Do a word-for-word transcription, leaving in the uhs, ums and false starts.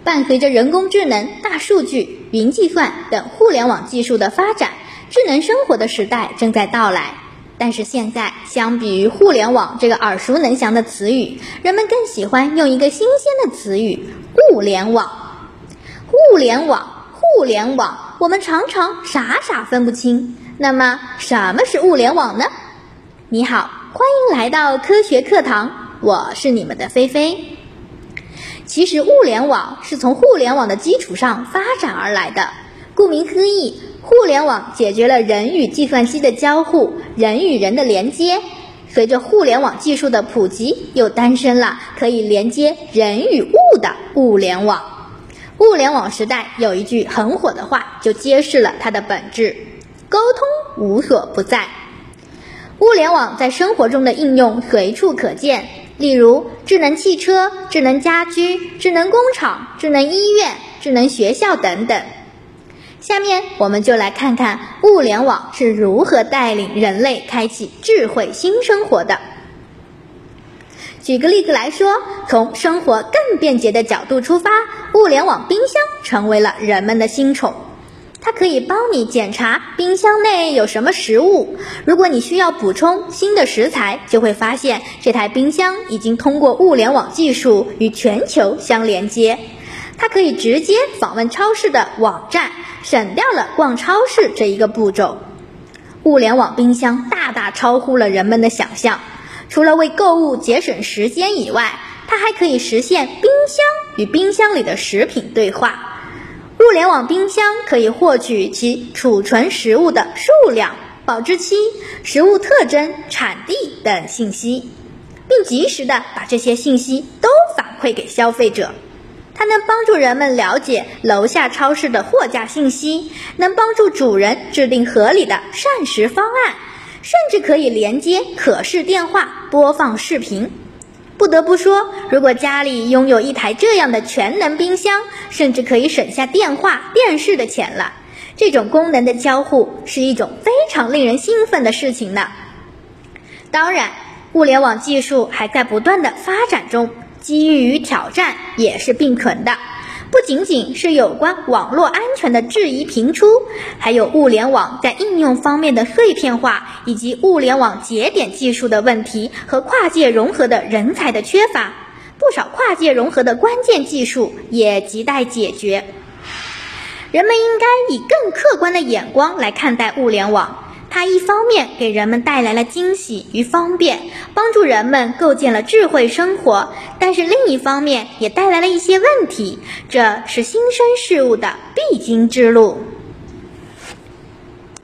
伴随着人工智能、大数据、云计算等互联网技术的发展，智能生活的时代正在到来。但是现在，相比于互联网这个耳熟能详的词语，人们更喜欢用一个新鲜的词语——物联网。互联网，互联网，我们常常傻傻分不清。那么，什么是物联网呢？你好，欢迎来到科学课堂，我是你们的菲菲。其实物联网是从互联网的基础上发展而来的。顾名思义，互联网解决了人与计算机的交互，人与人的连接。随着互联网技术的普及，又诞生了可以连接人与物的物联网。物联网时代有一句很火的话，就揭示了它的本质：沟通无所不在。物联网在生活中的应用随处可见，例如智能汽车、智能家居、智能工厂、智能医院、智能学校等等。下面我们就来看看物联网是如何带领人类开启智慧新生活的。举个例子来说，从生活更便捷的角度出发，物联网冰箱成为了人们的新宠。它可以帮你检查冰箱内有什么食物，如果你需要补充新的食材，就会发现这台冰箱已经通过物联网技术与全球相连接。它可以直接访问超市的网站，省掉了逛超市这一个步骤。物联网冰箱大大超乎了人们的想象，除了为购物节省时间以外，它还可以实现冰箱与冰箱里的食品对话。物联网冰箱可以获取其储存食物的数量、保质期、食物特征、产地等信息，并及时地把这些信息都反馈给消费者。它能帮助人们了解楼下超市的货架信息，能帮助主人制定合理的膳食方案，甚至可以连接可视电话播放视频。不得不说，如果家里拥有一台这样的全能冰箱，甚至可以省下电话、电视的钱了。这种功能的交互是一种非常令人兴奋的事情呢。当然，物联网技术还在不断的发展中，机遇与挑战也是并存的。不仅仅是有关网络安全的质疑频出，还有物联网在应用方面的碎片化，以及物联网节点技术的问题和跨界融合的人才的缺乏。不少跨界融合的关键技术也亟待解决。人们应该以更客观的眼光来看待物联网。它一方面给人们带来了惊喜与方便，帮助人们构建了智慧生活，但是另一方面也带来了一些问题，这是新生事物的必经之路。